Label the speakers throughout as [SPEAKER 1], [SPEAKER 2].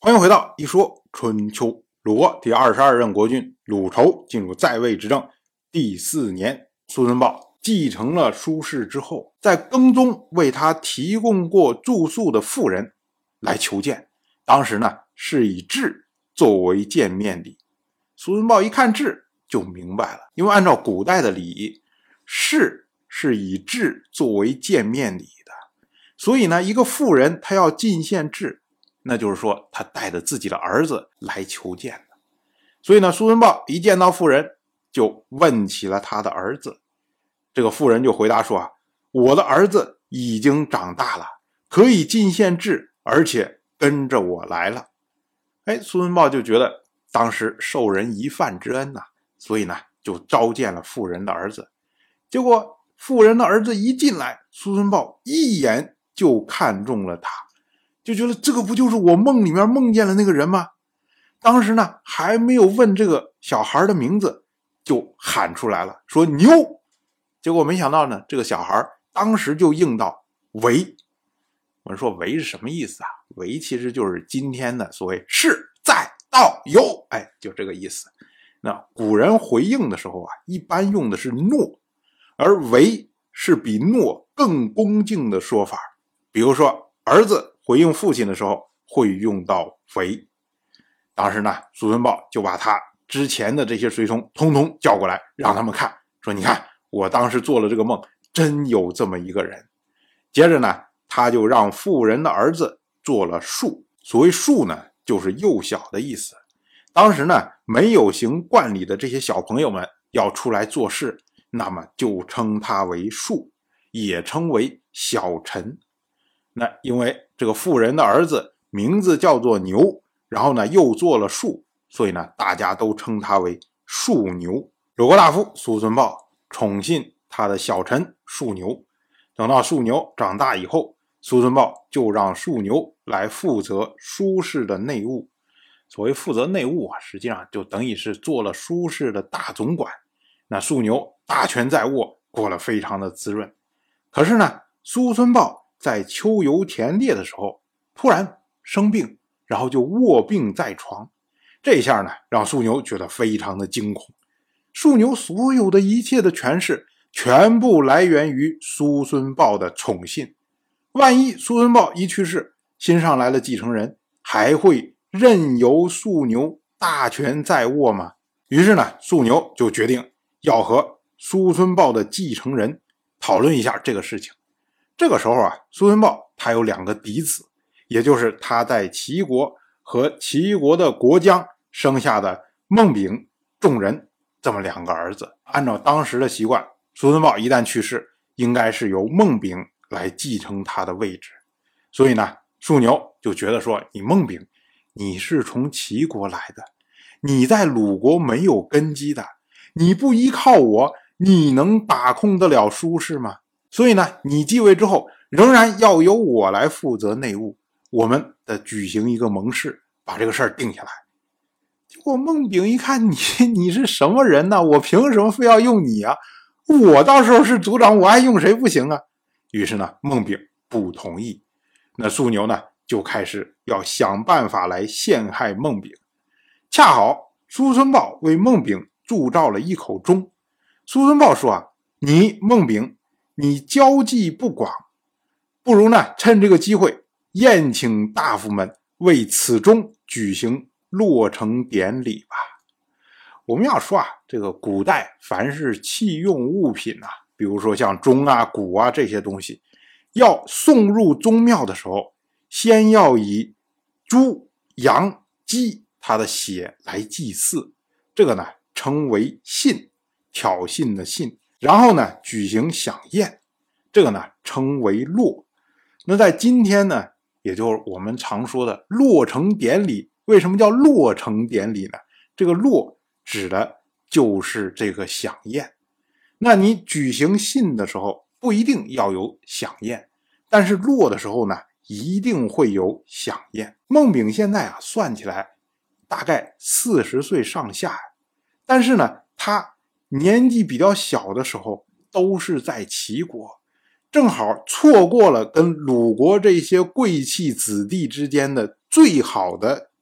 [SPEAKER 1] 欢迎回到一说春秋。鲁国第22任国君鲁仇进入在位执政第4年，苏孙豹继承了苏氏之后，在宫中为他提供过住宿的妇人来求见。当时呢，是以雉作为见面礼。苏孙豹一看雉就明白了，因为按照古代的礼仪，士是以雉作为见面礼的，所以呢，一个妇人她要进献雉，那就是说他带着自己的儿子来求见的。所以呢，苏孙豹一见到妇人就问起了他的儿子。这个妇人就回答说我的儿子已经长大了，可以进献雉，而且跟着我来了。苏孙豹就觉得当时受人一饭之恩所以呢就召见了妇人的儿子。结果妇人的儿子一进来，苏孙豹一眼就看中了他，就觉得这个不就是我梦里面梦见了那个人吗？当时呢还没有问这个小孩的名字，就喊出来了，说牛。结果没想到呢，这个小孩当时就应道为。我们说为是什么意思为其实就是今天的所谓是在道有，就这个意思。那古人回应的时候一般用的是诺，而为是比诺更恭敬的说法。比如说儿子回应父亲的时候会用到为。当时呢，苏孙豹就把他之前的这些随从通通叫过来，让他们看，说你看我当时做了这个梦，真有这么一个人。接着呢，他就让妇人的儿子做了庶。所谓庶呢，就是幼小的意思。当时呢，没有行冠礼的这些小朋友们要出来做事，那么就称他为庶，也称为小臣。那因为这个妇人的儿子名字叫做牛，然后呢又做了庶，所以呢大家都称他为庶牛。鲁国大夫苏孙豹宠信他的小臣庶牛。等到庶牛长大以后，苏孙豹就让庶牛来负责苏氏的内务。所谓负责内务实际上就等于是做了苏氏的大总管。那庶牛大权在握，过得非常的滋润。可是呢，苏孙豹在秋游田猎的时候突然生病，然后就卧病在床。这下呢，让庶牛觉得非常的惊恐。庶牛所有的一切的权势全部来源于苏孙豹的宠信。万一苏孙豹一去世，新上来的继承人还会任由庶牛大权在握吗？于是呢，庶牛就决定要和苏孙豹的继承人讨论一下这个事情。这个时候苏孙豹他有2个嫡子，也就是他在齐国和齐国的国将生下的孟丙、仲人这么2个儿子。按照当时的习惯，苏孙豹一旦去世，应该是由孟丙来继承他的位置。所以呢，庶牛就觉得说，你孟丙你是从齐国来的，你在鲁国没有根基的，你不依靠我，你能把控得了苏氏吗？所以呢，你继位之后仍然要由我来负责内务，我们的举行一个盟誓，把这个事儿定下来。结果孟丙一看，你是什么人呢？我凭什么非要用你我到时候是族长，我爱用谁不行于是呢，孟丙不同意。那庶牛呢就开始要想办法来陷害孟丙。恰好苏孙豹为孟丙铸造了一口钟。苏孙豹说你孟丙你交际不广，不如呢趁这个机会宴请大夫们为此钟举行落成典礼吧。我们要说这个古代凡是器用物品比如说像钟鼓这些东西，要送入宗庙的时候，先要以猪、羊、鸡它的血来祭祀，这个呢称为信，挑衅的信。然后呢举行飨宴，这个呢称为落。那在今天呢，也就是我们常说的落成典礼。为什么叫落成典礼呢？这个落指的就是这个飨宴。那你举行信的时候不一定要有飨宴，但是落的时候呢一定会有飨宴。孟丙现在算起来大概40岁上下，但是呢他年纪比较小的时候都是在齐国，正好错过了跟鲁国这些贵戚子弟之间的最好的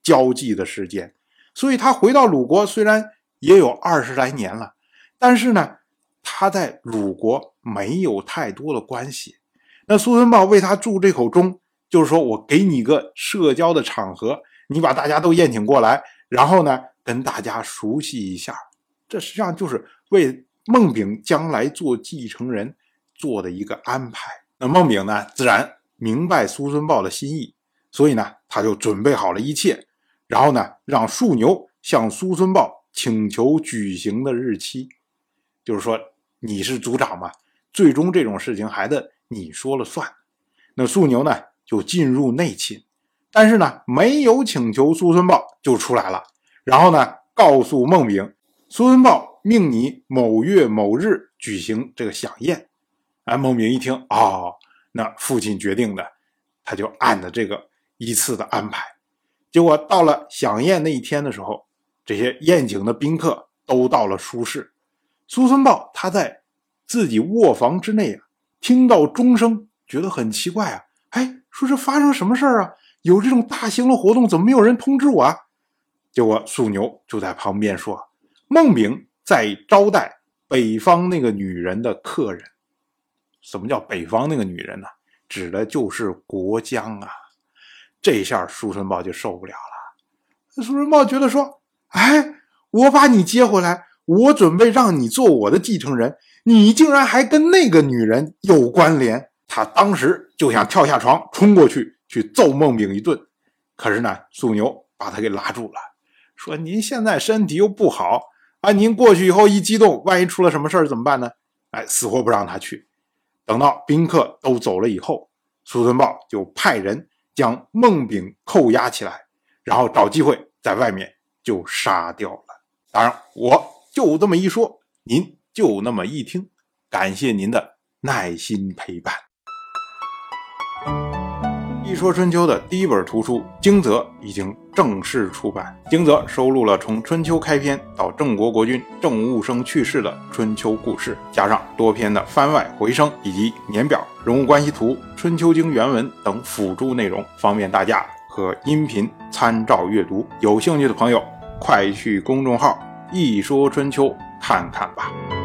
[SPEAKER 1] 交际的时间。所以他回到鲁国虽然也有20来年了，但是呢他在鲁国没有太多的关系。那苏孙豹为他铸这口钟，就是说我给你个社交的场合，你把大家都宴请过来，然后呢跟大家熟悉一下，这实际上就是为孟炳将来做继承人做的一个安排。那孟炳呢自然明白苏孙豹的心意，所以呢他就准备好了一切，然后呢让束牛向苏孙豹请求举行的日期。就是说你是族长嘛，最终这种事情还得你说了算。那束牛呢就进入内寝，但是呢没有请求苏孙豹就出来了，然后呢告诉孟炳，苏孙豹命你某月某日举行这个飨宴。孟炳一听，那父亲决定的，他就按着这个依次的安排。结果到了飨宴那一天的时候，这些宴请的宾客都到了舒室。苏孙豹他在自己卧房之内听到钟声，觉得很奇怪说这发生什么事啊？有这种大型的活动，怎么没有人通知我啊？结果束牛就在旁边说，孟炳在招待北方那个女人的客人。什么叫北方那个女人呢？指的就是国姜啊。这下苏孙豹就受不了了。苏孙豹觉得说，我把你接回来，我准备让你做我的继承人，你竟然还跟那个女人有关联。他当时就想跳下床冲过去揍孟炳一顿，可是呢束牛把他给拉住了，说您现在身体又不好您过去以后一激动，万一出了什么事儿怎么办呢？死活不让他去。等到宾客都走了以后，苏孙豹就派人将孟炳扣押起来，然后找机会在外面就杀掉了。当然我就这么一说，您就那么一听，感谢您的耐心陪伴。一说春秋的第一本图书《惊蛰》已经正式出版。《惊蛰》收录了从春秋开篇到郑国国君郑务生去世的春秋故事，加上多篇的番外回声以及年表、人物关系图、春秋经原文等辅助内容，方便大家和音频参照阅读。有兴趣的朋友快去公众号一说春秋看看吧。